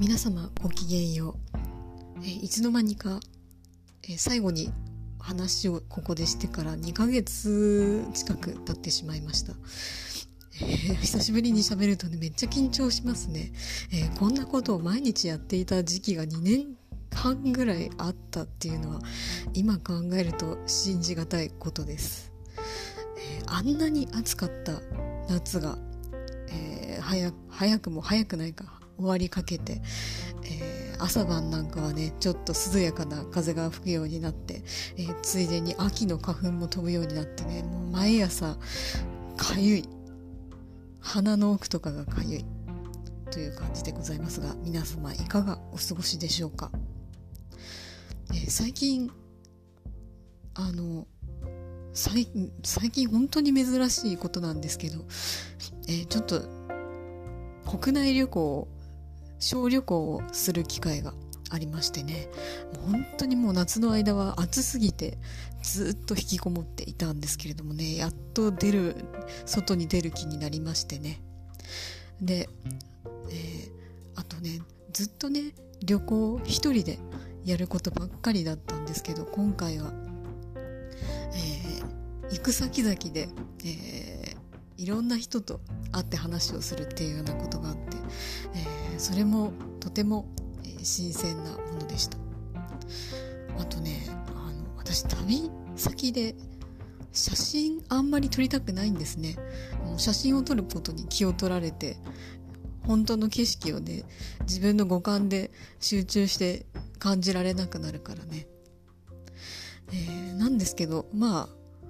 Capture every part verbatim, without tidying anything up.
皆様ごきげんよう。えーいつの間にか、えー最後に話をここでしてからにかげつ近く経ってしまいました。えー久しぶりに喋るとね、めっちゃ緊張しますね。えーこんなことを毎日やっていた時期がにねんはんぐらいあったっていうのは、今考えると信じがたいことです。えーあんなに暑かった夏が、えー早早くも早くないか終わりかけて、えー朝晩なんかはね、ちょっと涼やかな風が吹くようになって、えーついでに秋の花粉も飛ぶようになってね、もう毎朝かゆい、鼻の奥とかがかゆいという感じでございますが、皆様いかがお過ごしでしょうか。えー最近あの最最近本当に珍しいことなんですけど、えーちょっと国内旅行、小旅行をする機会がありましてね、もう本当にもう夏の間は暑すぎてずっと引きこもっていたんですけれどもね、やっと出る、外に出る気になりましてね。で、えーあとね、ずっとね、旅行一人でやることばっかりだったんですけど、今回は、えー行く先々で、えーいろんな人と会って話をするっていうようなことがあって、えーそれもとても、えー新鮮なものでした。あとね、あの私旅先で写真あんまり撮りたくないんですね。もう写真を撮ることに気を取られて、本当の景色をね、自分の五感で集中して感じられなくなるからね。えーなんですけど、まあ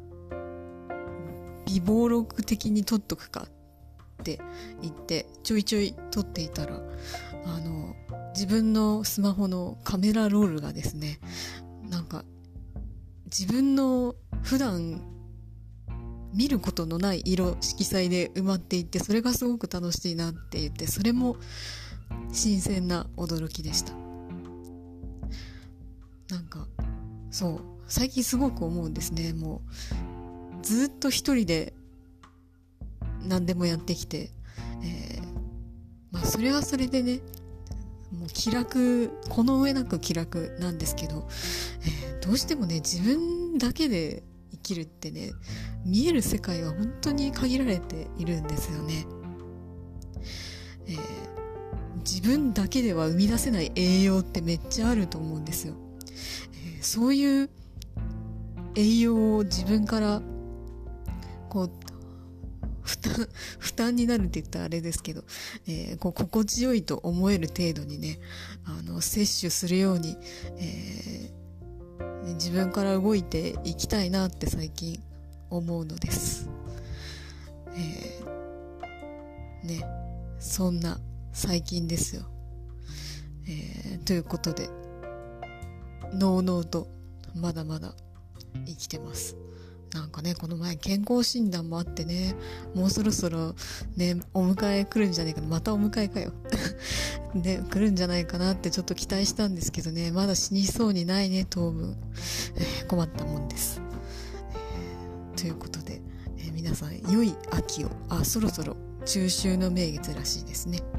微暴録的に撮っとくかって言ってちょいちょい撮っていたら、あの自分のスマホのカメラロールがですね、なんか自分の普段見ることのない色色彩で埋まっていって、それがすごく楽しいなって言って、それも新鮮な驚きでした。なんかそう最近すごく思うんですね。もうずっと一人で何でもやってきて、えー、まあそれはそれでね、もう気楽、この上なく気楽なんですけど、えーどうしてもね、自分だけで生きるってね、見える世界は本当に限られているんですよね。えー自分だけでは生み出せない栄養ってめっちゃあると思うんですよ。えーそういう栄養を自分からこう負担負担になるって言ったらあれですけど、えー、こう心地よいと思える程度にね、あの摂取するように、えー自分から動いていきたいなって最近思うのです。えー、ね、そんな最近ですよ。えー、ということで、のうのうとまだまだ生きてます。なんかね、この前健康診断もあってね、もうそろそろね、お迎え来るんじゃないかな、またお迎えかよね、来るんじゃないかなってちょっと期待したんですけどね、まだ死にそうにないね、当分、えー困ったもんです、えーということで、えー皆さん良い秋を。あ、そろそろ中秋の名月らしいですね。